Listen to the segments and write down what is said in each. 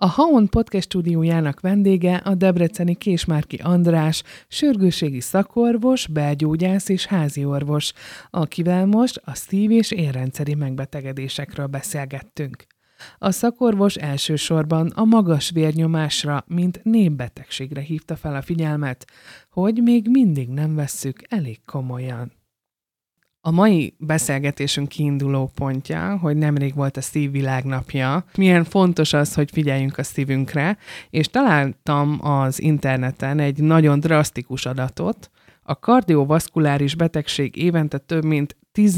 A Haon Podcast stúdiójának vendége a debreceni Késmárki András, sürgősségi szakorvos, belgyógyász és háziorvos, akivel most a szív- és érrendszeri megbetegedésekről beszélgettünk. A szakorvos elsősorban a magas vérnyomásra, mint népbetegségre hívta fel a figyelmet, hogy még mindig nem vesszük elég komolyan. A mai beszélgetésünk kiinduló pontja, hogy nemrég volt a Szívvilágnapja. Milyen fontos az, hogy figyeljünk a szívünkre, és találtam az interneten egy nagyon drasztikus adatot. A kardiovaszkuláris betegség évente több mint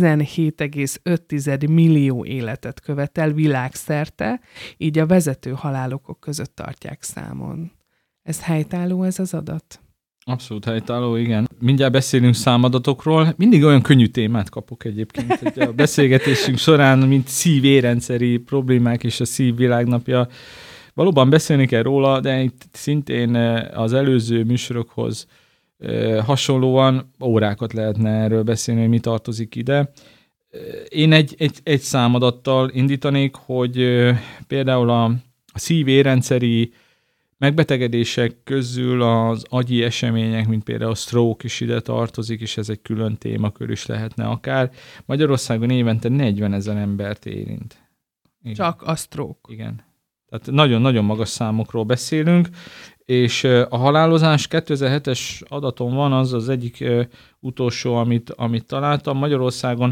17,5 millió életet követel világszerte, így a vezető halálokok között tartják számon. Ez helytálló, ez az adat? Abszolút helytálló, igen. Mindjárt beszélünk számadatokról. Mindig olyan könnyű témát kapok egyébként, hogy a beszélgetésünk során, mint szív-érrendszeri problémák és a Szívvilágnapja. Valóban beszélni kell róla, de itt szintén az előző műsorokhoz hasonlóan órákat lehetne erről beszélni, hogy mi tartozik ide. Én egy számadattal indítanék, hogy például a szív-érrendszeri megbetegedések közül az agyi események, mint például a stroke is ide tartozik, és ez egy külön témakör is lehetne akár. Magyarországon évente 40 000 embert érint. Igen. Csak a stroke. Igen. Tehát nagyon-nagyon magas számokról beszélünk, és a halálozás 2007-es adaton van, az egyik utolsó, amit találtam. Magyarországon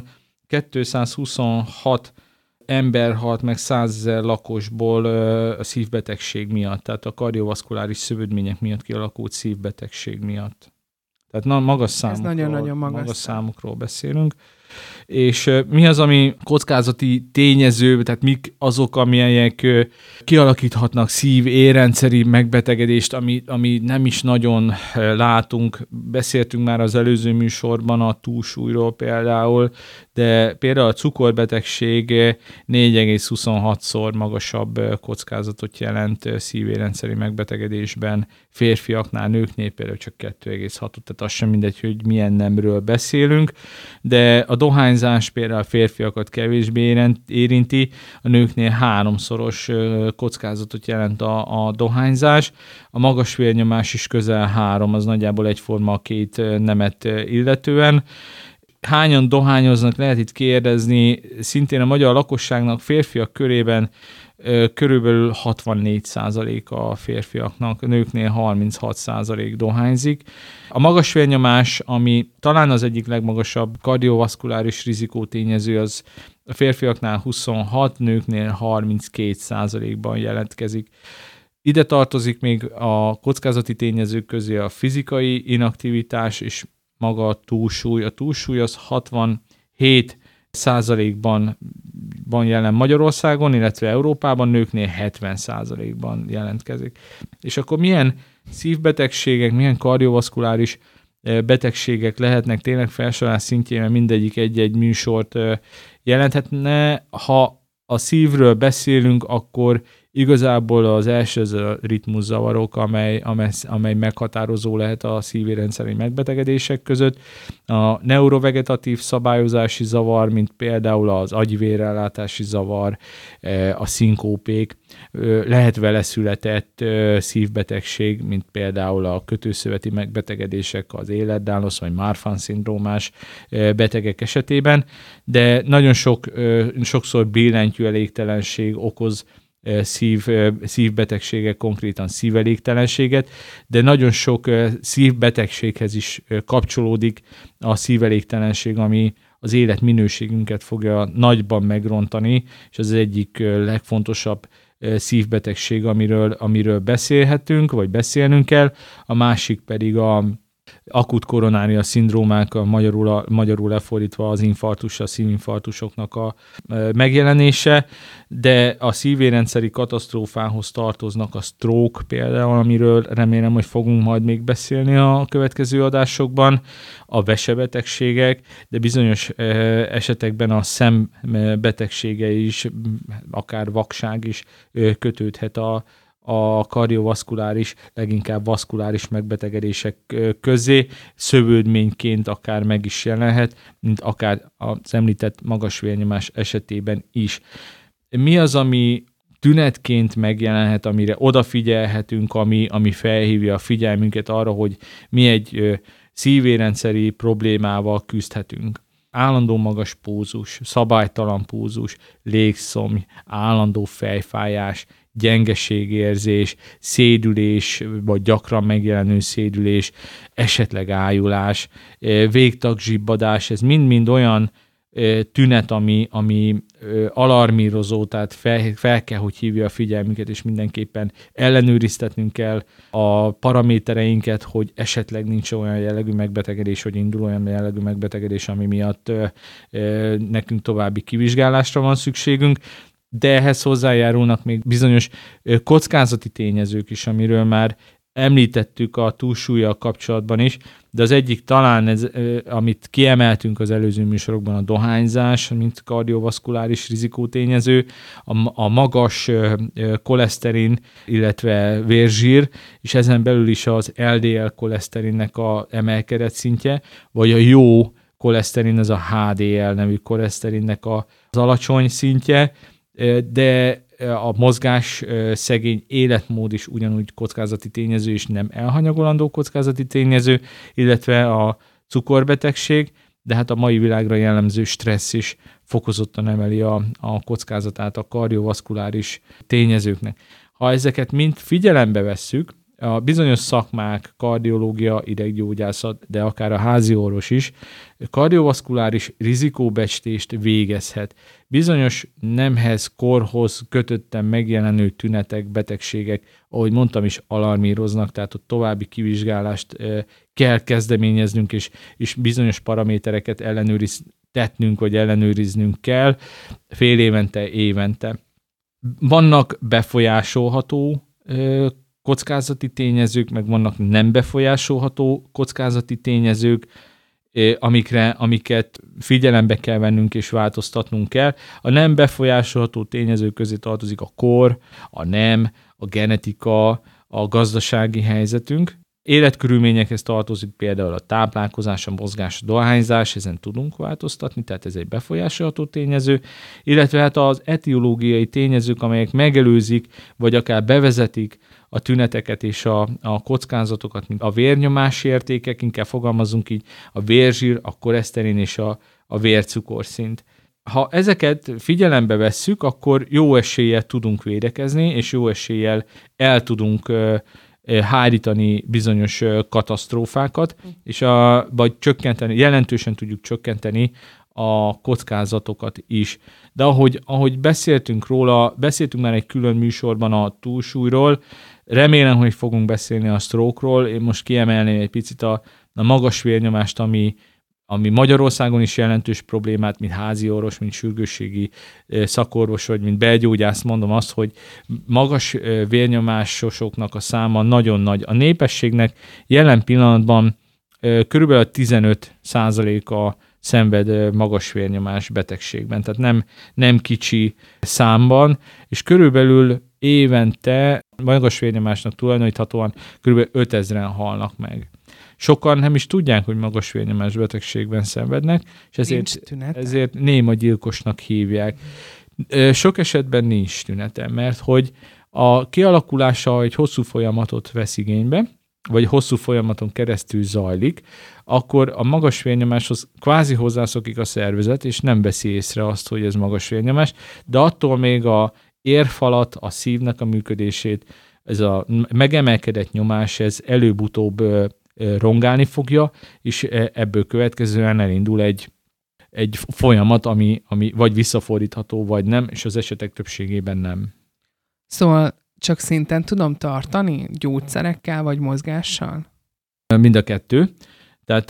226 ember halt meg 100 000 lakosból a szívbetegség miatt, tehát a kardiovaszkuláris szövődmények miatt kialakult szívbetegség miatt. Tehát magas számokról beszélünk. És mi az, ami kockázati tényező, tehát mik azok, amelyek kialakíthatnak szív-érrendszeri megbetegedést, ami nem is nagyon látunk. Beszéltünk már az előző műsorban a túlsúlyról például, de például a cukorbetegség 4,26-szor magasabb kockázatot jelent szív-érrendszeri megbetegedésben férfiaknál, nőknél például csak 2,6, tehát az sem mindegy, hogy milyen nemről beszélünk, de a dohányzás például a férfiakat kevésbé érinti, a nőknél 3-szoros kockázatot jelent a dohányzás, a magas vérnyomás is közel 3, az nagyjából egyforma a két nemet illetően. Hányan dohányoznak, lehet itt kérdezni, szintén a magyar lakosságnak férfiak körében körülbelül 64% a férfiaknak, a nőknél 36% dohányzik. A magas vérnyomás, ami talán az egyik legmagasabb kardiovaszkuláris rizikótényező, az a férfiaknál 26, nőknél 32%-ban jelentkezik. Ide tartozik még a kockázati tényezők közé a fizikai inaktivitás és maga a túlsúly. A túlsúly az 67%-ban jelen Magyarországon, illetve Európában, nőknél 70%-ban jelentkezik. És akkor milyen szívbetegségek, milyen kardiovaszkuláris betegségek lehetnek tényleg felsorolás szintjén, mert mindegyik egy-egy műsort jelenthetne. Ha a szívről beszélünk, akkor igazából az első az a ritmuszavarok, amely meghatározó lehet a szívérendszeri megbetegedések között. A neurovegetatív szabályozási zavar, mint például az agyvérellátási zavar, a szinkópék, lehet vele született szívbetegség, mint például a kötőszöveti megbetegedések, az életdálosz vagy Marfan-szindrómás betegek esetében, de nagyon sokszor billentyű elégtelenség okoz szívbetegségek, konkrétan szívelégtelenséget, de nagyon sok szívbetegséghez is kapcsolódik a szívelégtelenség, ami az életminőségünket fogja nagyban megrontani, és az egyik legfontosabb szívbetegség, amiről beszélhetünk, vagy beszélnünk kell, a másik pedig a akut koronária szindrómák, magyarul lefordítva az infarktus, a szívinfarktusoknak a megjelenése, de a szívérrendszeri katasztrófához tartoznak a stroke például, amiről remélem, hogy fogunk majd még beszélni a következő adásokban, a vesebetegségek, de bizonyos esetekben a szembetegsége is, akár vakság is kötődhet a kardiovaszkuláris, leginkább vaszkuláris megbetegedések közé, szövődményként akár meg is jelenhet, mint akár az említett magas vérnyomás esetében is. Mi az, ami tünetként megjelenhet, amire odafigyelhetünk, ami felhívja a figyelmünket arra, hogy mi egy szívérendszeri problémával küzdhetünk. Állandó magas pulzus, szabálytalan pulzus, légszomj, állandó fejfájás, gyengeségérzés, szédülés, vagy gyakran megjelenő szédülés, esetleg ájulás, végtagzsibbadás, ez mind-mind olyan tünet, ami alarmírozó, tehát fel kell, hogy hívja a figyelmünket, és mindenképpen ellenőriztetnünk kell a paramétereinket, hogy esetleg nincs olyan jellegű megbetegedés, hogy indul olyan jellegű megbetegedés, ami miatt nekünk további kivizsgálásra van szükségünk, de ehhez hozzájárulnak még bizonyos kockázati tényezők is, amiről már említettük a túlsúllyal kapcsolatban is, de az egyik talán, amit kiemeltünk az előző műsorokban, a dohányzás, mint kardiovaszkuláris rizikótényező, a magas koleszterin, illetve vérzsír, és ezen belül is az LDL koleszterinnek a emelkedett szintje, vagy a jó koleszterin, ez a HDL nevű koleszterinnek az alacsony szintje, de a mozgás szegény életmód is ugyanúgy kockázati tényező, és nem elhanyagolandó kockázati tényező, illetve a cukorbetegség, de hát a mai világra jellemző stressz is fokozottan emeli a kockázatát a kardiovaszkuláris tényezőknek. Ha ezeket mind figyelembe vesszük, a bizonyos szakmák, kardiológia, ideggyógyászat, de akár a házi orvos is kardiovaszkuláris rizikóbecslést végezhet. Bizonyos nemhez, korhoz kötötten megjelenő tünetek, betegségek, ahogy mondtam is, alarmíroznak, tehát ott további kivizsgálást kell kezdeményeznünk, és bizonyos paramétereket ellenőriztetnünk, vagy ellenőriznünk kell fél évente, évente. Vannak befolyásolható kockázati tényezők, meg vannak nem befolyásolható kockázati tényezők, amiket figyelembe kell vennünk és változtatnunk kell. A nem befolyásolható tényezők közé tartozik a kor, a nem, a genetika, a gazdasági helyzetünk. Életkörülményekhez tartozik például a táplálkozás, a mozgás, a dohányzás, ezen tudunk változtatni, tehát ez egy befolyásolható tényező, illetve hát az etiológiai tényezők, amelyek megelőzik, vagy akár bevezetik a tüneteket és a kockázatokat, mint a vérnyomás értékek, inkább fogalmazunk így, a vérzsír, a koleszterin és a vércukorszint. Ha ezeket figyelembe vesszük, akkor jó eséllyel tudunk védekezni, és jó eséllyel el tudunk hárítani bizonyos katasztrófákat, és vagy csökkenteni, jelentősen tudjuk csökkenteni a kockázatokat is. De ahogy beszéltünk róla, beszéltünk már egy külön műsorban a túlsúlyról, remélem, hogy fogunk beszélni a stroke-ról. Én most kiemelném egy picit a magas vérnyomást, ami Magyarországon is jelentős problémát, mint házi orvos, mint sürgősségi szakorvos, vagy mint belgyógyász mondom azt, hogy magas vérnyomásosoknak a száma nagyon nagy. A népességnek jelen pillanatban körülbelül 15%-a szenved magas vérnyomás betegségben, tehát nem kicsi számban, és körülbelül évente magas vérnyomásnak tulajdoníthatóan kb. 5000-en halnak meg. Sokan nem is tudják, hogy magas vérnyomás betegségben szenvednek, és ezért néma gyilkosnak hívják. Sok esetben nincs tünete, mert hogy a kialakulása egy hosszú folyamatot vesz igénybe, vagy hosszú folyamaton keresztül zajlik, akkor a magas vérnyomáshoz kvázi hozzászokik a szervezet, és nem veszi észre azt, hogy ez magas vérnyomás, de attól még a érfalat, a szívnek a működését, ez a megemelkedett nyomás, ez előbb-utóbb rongálni fogja, és ebből következően elindul egy folyamat, ami vagy visszafordítható, vagy nem, és az esetek többségében nem. Szóval csak szinten tudom tartani gyógyszerekkel, vagy mozgással? Mind a kettő. Tehát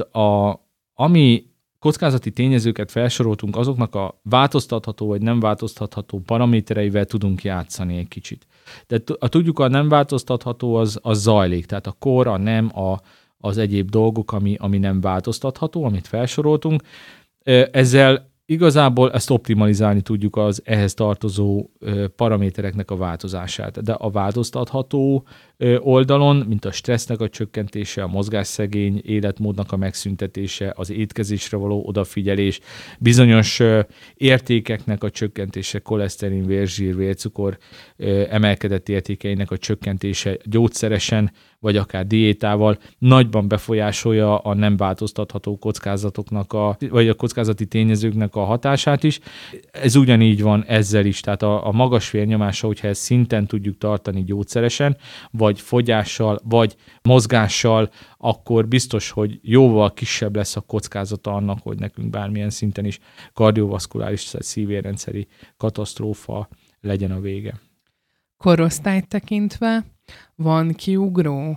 ami kockázati tényezőket felsoroltunk, azoknak a változtatható vagy nem változtatható paramétereivel tudunk játszani egy kicsit. De tudjuk, a nem változtatható az zajlik, tehát a kor, a nem, az egyéb dolgok, ami nem változtatható, amit felsoroltunk. Ezzel Igazából ezt optimalizálni tudjuk az ehhez tartozó paramétereknek a változását, de a változtatható oldalon, mint a stressznek a csökkentése, a mozgásszegény életmódnak a megszüntetése, az étkezésre való odafigyelés, bizonyos értékeknek a csökkentése, koleszterin, vérzsír, vércukor emelkedett értékeinek a csökkentése gyógyszeresen, vagy akár diétával nagyban befolyásolja a nem változtatható kockázatoknak, vagy a kockázati tényezőknek a hatását is. Ez ugyanígy van ezzel is, tehát a magas vérnyomása, hogyha ezt szinten tudjuk tartani gyógyszeresen, vagy fogyással, vagy mozgással, akkor biztos, hogy jóval kisebb lesz a kockázata annak, hogy nekünk bármilyen szinten is kardiovaszkuláris, szívérrendszeri katasztrófa legyen a vége. Korosztályt tekintve van kiugró?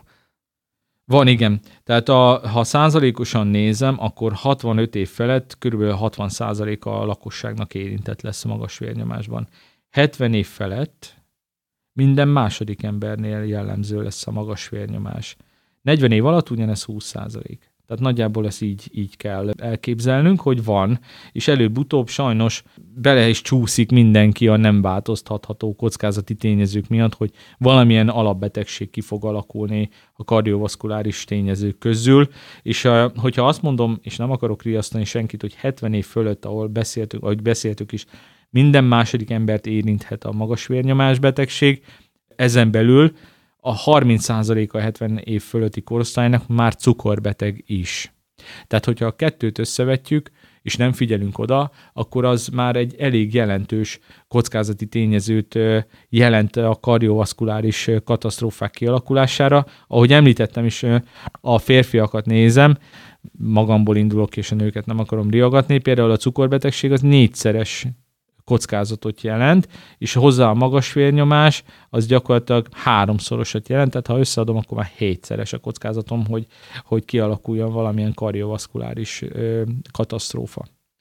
Van, igen. Tehát ha százalékosan nézem, akkor 65 év felett kb. 60% a lakosságnak érintett lesz a magas vérnyomásban. 70 év felett minden második embernél jellemző lesz a magas vérnyomás. 40 év alatt ugyanez 20%. Tehát nagyjából ezt így kell elképzelnünk, hogy van, és előbb-utóbb sajnos bele is csúszik mindenki a nem változtatható kockázati tényezők miatt, hogy valamilyen alapbetegség ki fog alakulni a kardiovaszkuláris tényezők közül, és hogyha azt mondom, és nem akarok riasztani senkit, hogy 70 év fölött, ahogy beszéltük is, minden második embert érinthet a magas vérnyomás betegség, ezen belül a 30%-a 70 év fölötti korosztálynak már cukorbeteg is. Tehát, hogyha a kettőt összevetjük, és nem figyelünk oda, akkor az már egy elég jelentős kockázati tényezőt jelent a kardiovaszkuláris katasztrófák kialakulására. Ahogy említettem is, a férfiakat nézem, magamból indulok, és a nőket nem akarom riogatni, például a cukorbetegség az 4-szeres kockázatot jelent, és hozzá a magas vérnyomás, az gyakorlatilag 3-szorosat jelent, tehát ha összeadom, akkor már 7-szeres a kockázatom, hogy kialakuljon valamilyen kardiovaszkuláris katasztrófa.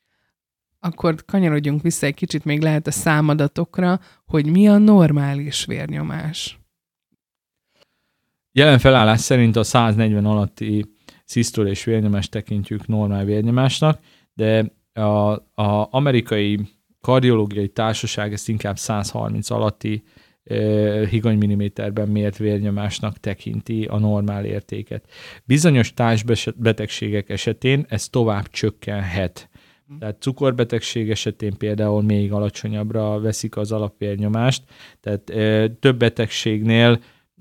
Akkor kanyarodjunk vissza egy kicsit, még lehet a számadatokra, hogy mi a normális vérnyomás. Jelen felállás szerint a 140 alatti szisztola és vérnyomást tekintjük normál vérnyomásnak, de az amerikai kardiológiai társaság ezt inkább 130 alatti higanymilliméterben mért vérnyomásnak tekinti a normál értéket. Bizonyos társbetegségek esetén ez tovább csökkenhet. Tehát cukorbetegség esetén például még alacsonyabbra veszik az alapvérnyomást, tehát több betegségnél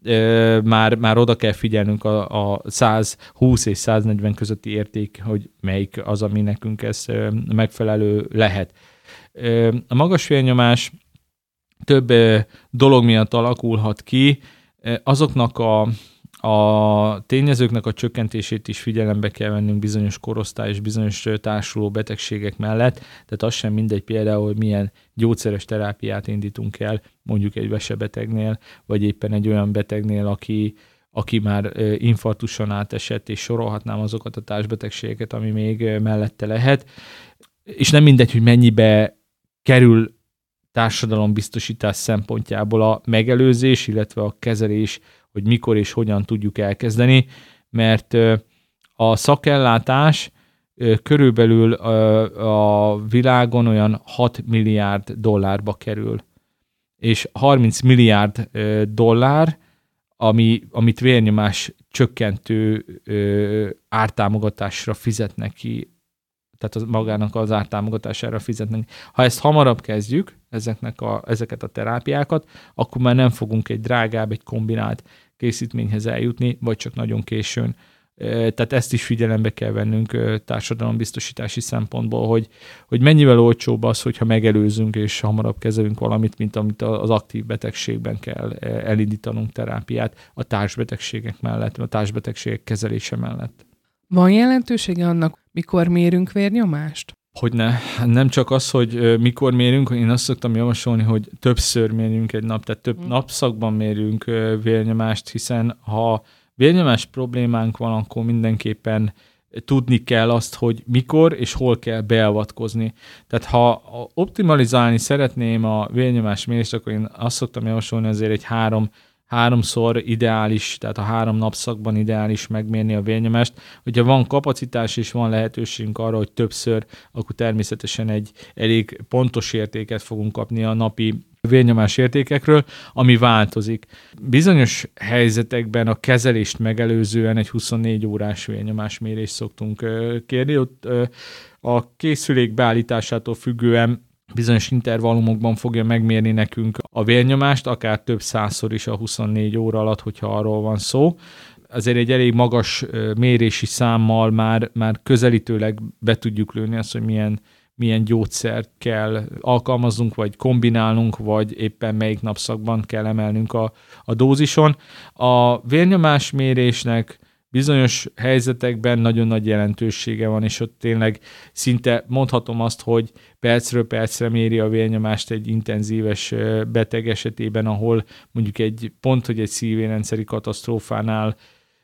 már oda kell figyelnünk a 120 és 140 közötti érték, hogy melyik az, ami nekünk ez megfelelő lehet. A magas vérnyomás több dolog miatt alakulhat ki, azoknak a tényezőknek a csökkentését is figyelembe kell vennünk bizonyos korosztály és bizonyos társuló betegségek mellett, tehát az sem mindegy például, hogy milyen gyógyszeres terápiát indítunk el, mondjuk egy vesebetegnél, vagy éppen egy olyan betegnél, aki már infarktuson átesett, és sorolhatnám azokat a társbetegségeket, ami még mellette lehet. És nem mindegy, hogy mennyibe kerül társadalombiztosítás szempontjából a megelőzés, illetve a kezelés, hogy mikor és hogyan tudjuk elkezdeni, mert a szakellátás körülbelül a világon olyan 6 milliárd dollárba kerül. És 30 milliárd dollár, amit vérnyomás csökkentő ártámogatásra fizetnek ki, tehát magának az ártámogatására fizetnek. Ha ezt hamarabb kezdjük, ezeket a terápiákat, akkor már nem fogunk egy drágább, egy kombinált készítményhez eljutni, vagy csak nagyon későn. Tehát ezt is figyelembe kell vennünk társadalombiztosítási szempontból, hogy mennyivel olcsóbb az, hogyha megelőzünk és hamarabb kezelünk valamit, mint amit az aktív betegségben kell elindítanunk terápiát a társbetegségek mellett, a társbetegségek kezelése mellett. Van jelentősége annak, mikor mérünk vérnyomást? Hogyne. Nem csak az, hogy mikor mérünk, én azt szoktam javasolni, hogy többször mérjünk egy nap, tehát több napszakban mérjünk vérnyomást, hiszen ha vérnyomás problémánk van, akkor mindenképpen tudni kell azt, hogy mikor és hol kell beavatkozni. Tehát ha optimalizálni szeretném a vérnyomás mérést, akkor én azt szoktam javasolni azért egy háromszor ideális, tehát a 3 napszakban ideális megmérni a vérnyomást. Hogyha van kapacitás és van lehetőségünk arra, hogy többször, akkor természetesen egy elég pontos értéket fogunk kapni a napi vérnyomás értékekről, ami változik. Bizonyos helyzetekben a kezelést megelőzően egy 24 órás vérnyomásmérést szoktunk kérni. Ott a készülék beállításától függően bizonyos intervallumokban fogja megmérni nekünk a vérnyomást, akár több százszor is a 24 óra alatt, hogyha arról van szó. Azért egy elég magas mérési számmal már közelítőleg be tudjuk lőni azt, hogy milyen gyógyszert kell alkalmaznunk, vagy kombinálnunk, vagy éppen melyik napszakban kell emelnünk a dózison. A vérnyomásmérésnek bizonyos helyzetekben nagyon nagy jelentősége van, és ott tényleg szinte mondhatom azt, hogy percről percre méri a vérnyomást egy intenzíves beteg esetében, ahol mondjuk egy szívérendszeri katasztrófánál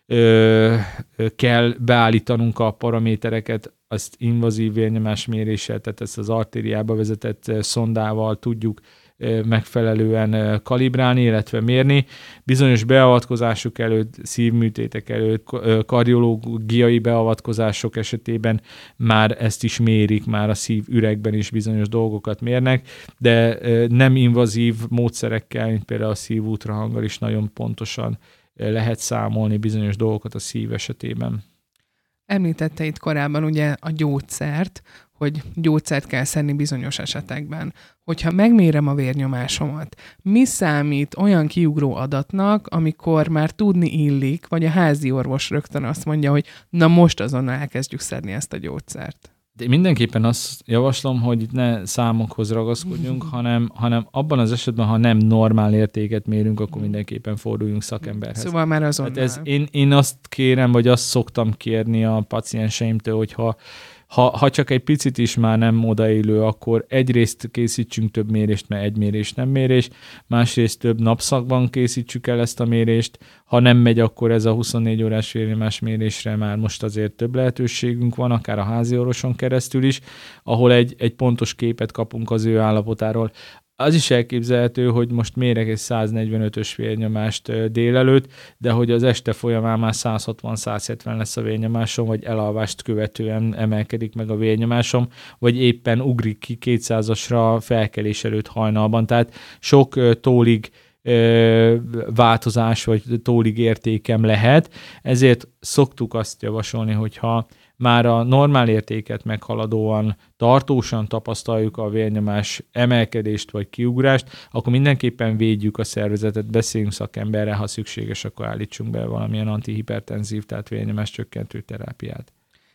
kell beállítanunk a paramétereket, azt invazív vérnyomásméréssel, tehát ezt az artériába vezetett szondával tudjuk megfelelően kalibrálni, illetve mérni. Bizonyos beavatkozások előtt, szívműtétek előtt, kardiológiai beavatkozások esetében már ezt is mérik, már a szívüregben is bizonyos dolgokat mérnek, de nem invazív módszerekkel, mint például a szívútrahanggal is nagyon pontosan lehet számolni bizonyos dolgokat a szív esetében. Említette itt korábban ugye a gyógyszert, hogy gyógyszert kell szedni bizonyos esetekben. Hogyha megmérem a vérnyomásomat, mi számít olyan kiugró adatnak, amikor már tudni illik, vagy a házi orvos rögtön azt mondja, hogy na most azonnal elkezdjük szedni ezt a gyógyszert? De mindenképpen azt javaslom, hogy itt ne számokhoz ragaszkodjunk, hanem abban az esetben, ha nem normál értéket mérünk, akkor mindenképpen forduljunk szakemberhez. Szóval már azonnal. Hát én azt kérem, vagy azt szoktam kérni a pacienseimtől, hogy ha csak egy picit is már nem odaillő, akkor egyrészt készítsünk több mérést, mert egy mérés nem mérés, másrészt több napszakban készítsük el ezt a mérést, ha nem megy, akkor ez a 24 órás vérnyomás mérésre már most azért több lehetőségünk van, akár a házi orvoson keresztül is, ahol egy pontos képet kapunk az ő állapotáról. Az is elképzelhető, hogy most mérek egy 145-ös vérnyomást délelőtt, de hogy az este folyamán már 160-170 lesz a vérnyomásom, vagy elalvást követően emelkedik meg a vérnyomásom, vagy éppen ugrik ki 200-asra felkelés előtt hajnalban. Tehát sok tólig változás, vagy tólig értékem lehet. Ezért szoktuk azt javasolni, hogyha már a normál értéket meghaladóan tartósan tapasztaljuk a vérnyomás emelkedést vagy kiugrást, akkor mindenképpen védjük a szervezetet, beszéljünk szakemberrel, ha szükséges, akkor állítsunk be valamilyen antihipertenzív, tehát vérnyomás csökkentő terápiát.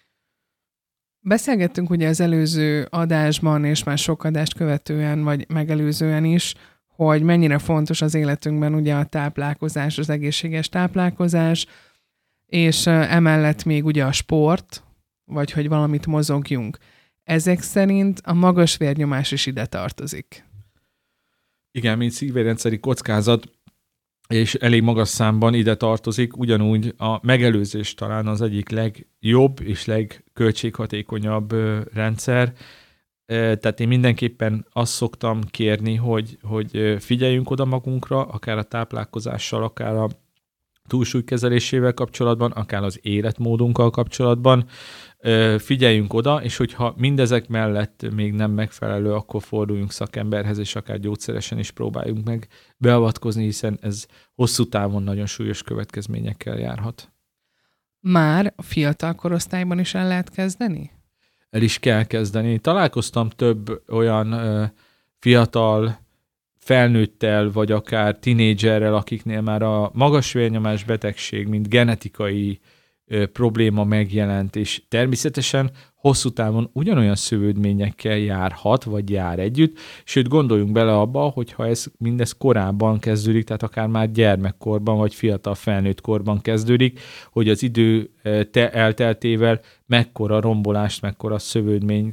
Beszélgettünk ugye az előző adásban, és már sok adást követően, vagy megelőzően is, hogy mennyire fontos az életünkben ugye a táplálkozás, az egészséges táplálkozás, és emellett még ugye a sport, vagy hogy valamit mozogjunk. Ezek szerint a magas vérnyomás is ide tartozik. Igen, mint szívérendszeri kockázat, és elég magas számban ide tartozik, ugyanúgy a megelőzés talán az egyik legjobb és legköltséghatékonyabb rendszer. Tehát én mindenképpen azt szoktam kérni, hogy figyeljünk oda magunkra, akár a táplálkozással, akár a túlsúly kezelésével kapcsolatban, akár az életmódunkkal kapcsolatban. Figyeljünk oda, és hogyha mindezek mellett még nem megfelelő, akkor forduljunk szakemberhez, és akár gyógyszeresen is próbáljunk meg beavatkozni, hiszen ez hosszú távon nagyon súlyos következményekkel járhat. Már a fiatal korosztályban is el lehet kezdeni? El is kell kezdeni. Találkoztam több olyan fiatal felnőttel, vagy akár tinédzserrel, akiknél már a magas vérnyomás betegség, mint genetikai probléma megjelent, és természetesen hosszú távon ugyanolyan szövődményekkel járhat, vagy jár együtt, sőt gondoljunk bele abba, hogyha mindez korábban kezdődik, tehát akár már gyermekkorban, vagy fiatal felnőtt korban kezdődik, hogy az idő elteltével mekkora rombolást, mekkora szövődmény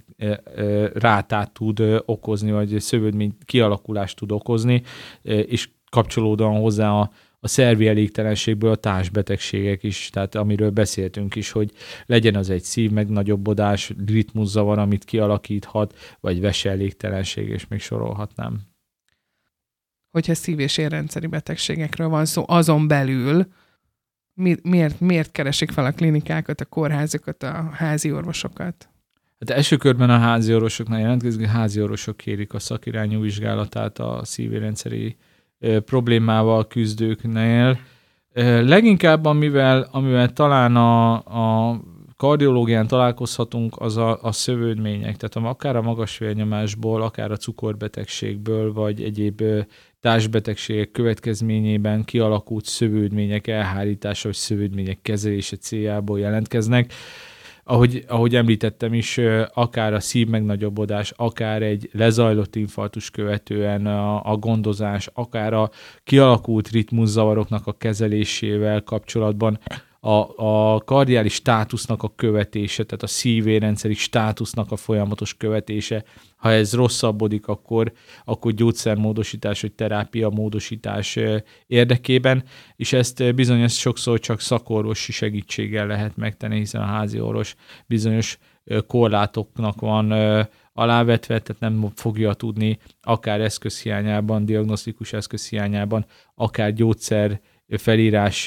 rátát tud okozni, vagy szövődmény kialakulást tud okozni, és kapcsolódóan hozzá a szervi elégtelenségből a társbetegségek is, tehát amiről beszéltünk is, hogy legyen az egy szív megnagyobbodás, ritmuszavar, amit kialakíthat, vagy veseelégtelenség, és még sorolhatnám. hogyha szív- és érrendszeri betegségekről van szó, azon belül miért keresik fel a klinikákat, a kórházakat, a házi orvosokat? Hát első körben a házi orvosoknál jelentkezik, a házi orvosok kérik a szakirányú vizsgálatát a szívérendszeri problémával küzdőknél. Leginkább, amivel talán a kardiológián találkozhatunk, az a szövődmények. Tehát akár a magas vérnyomásból, akár a cukorbetegségből, vagy egyéb társbetegségek következményében kialakult szövődmények elhárítása, vagy szövődmények kezelése céljából jelentkeznek. Ahogy említettem is, akár a szív megnagyobbodás, akár egy lezajlott infarktus követően a gondozás, akár a kialakult ritmuszavaroknak a kezelésével kapcsolatban a kardiális státusznak a követése, tehát a szívérrendszeri státusznak a folyamatos követése. Ha ez rosszabbodik, akkor gyógyszermódosítás vagy terápiamódosítás érdekében, és ezt bizony sokszor csak szakorvosi segítséggel lehet megtenni, hiszen a házi orvos bizonyos korlátoknak van alávetve, tehát nem fogja tudni akár eszközhiányában, diagnosztikus eszközhiányában, akár gyógyszer felírás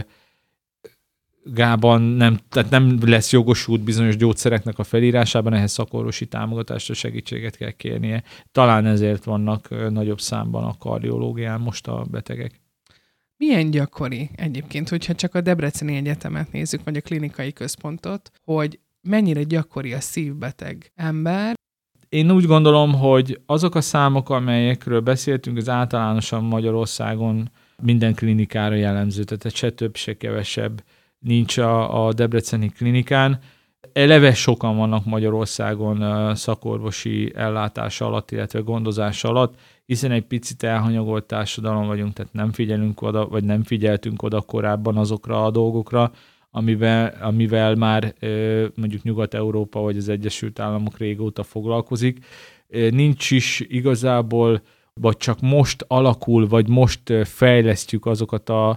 tehát nem lesz jogosult bizonyos gyógyszereknek a felírásában, ehhez szakorvosi támogatásra segítséget kell kérnie. Talán ezért vannak nagyobb számban a kardiológián most a betegek. Milyen gyakori egyébként, hogyha csak a Debreceni Egyetemet nézzük, vagy a klinikai központot, hogy mennyire gyakori a szívbeteg ember? Én úgy gondolom, hogy azok a számok, amelyekről beszéltünk, az általánosan Magyarországon minden klinikára jellemző, tehát se több, se kevesebb nincs a debreceni klinikán. Eleve sokan vannak Magyarországon szakorvosi ellátás alatt, illetve gondozás alatt, hiszen egy picit elhanyagolt társadalom vagyunk, tehát nem figyelünk oda, vagy nem figyeltünk oda korábban azokra a dolgokra, amivel már mondjuk Nyugat-Európa vagy az Egyesült Államok régóta foglalkozik. Nincs is igazából, vagy csak most alakul, vagy most fejlesztjük azokat a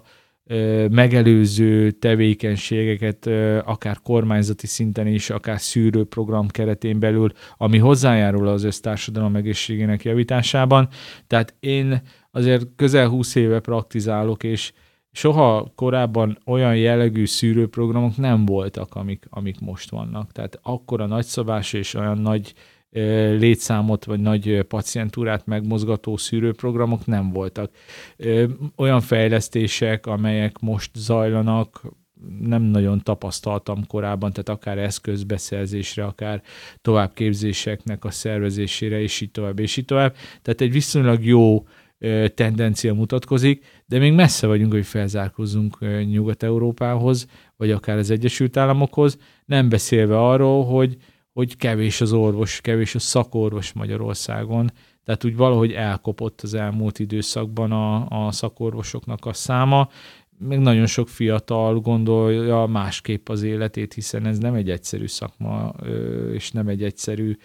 megelőző tevékenységeket, akár kormányzati szinten is, akár szűrőprogram keretén belül, ami hozzájárul az össztársadalom egészségének javításában. Tehát én azért közel 20 éve praktizálok, és soha korábban olyan jellegű szűrőprogramok nem voltak, amik most vannak. Tehát akkora nagyszabású és olyan nagy létszámot vagy nagy pacientúrát megmozgató szűrőprogramok nem voltak. Olyan fejlesztések, amelyek most zajlanak, nem nagyon tapasztaltam korábban, tehát akár eszközbeszerzésre, akár továbbképzéseknek a szervezésére, és így tovább, és így tovább. Tehát egy viszonylag jó tendencia mutatkozik, de még messze vagyunk, hogy felzárkózzunk Nyugat-Európához, vagy akár az Egyesült Államokhoz, nem beszélve arról, hogy kevés az orvos, kevés a szakorvos Magyarországon, tehát úgy valahogy elkopott az elmúlt időszakban a szakorvosoknak a száma, meg nagyon sok fiatal gondolja másképp az életét, hiszen ez nem egy egyszerű szakma, és nem egy egyszerű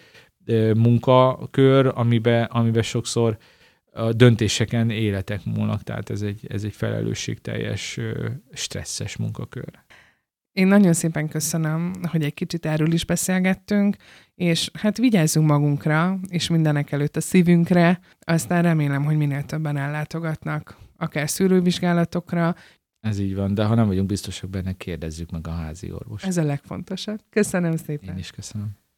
munkakör, amiben sokszor a döntéseken életek múlnak, tehát ez egy felelősségteljes, stresszes munkakör. Én nagyon szépen köszönöm, hogy egy kicsit erről is beszélgettünk, és hát vigyázzunk magunkra, és mindenek előtt a szívünkre, aztán remélem, hogy minél többen ellátogatnak, akár szűrővizsgálatokra. Ez így van, de ha nem vagyunk biztosak benne, kérdezzük meg a házi orvost. Ez a legfontosabb. Köszönöm szépen. Én is köszönöm.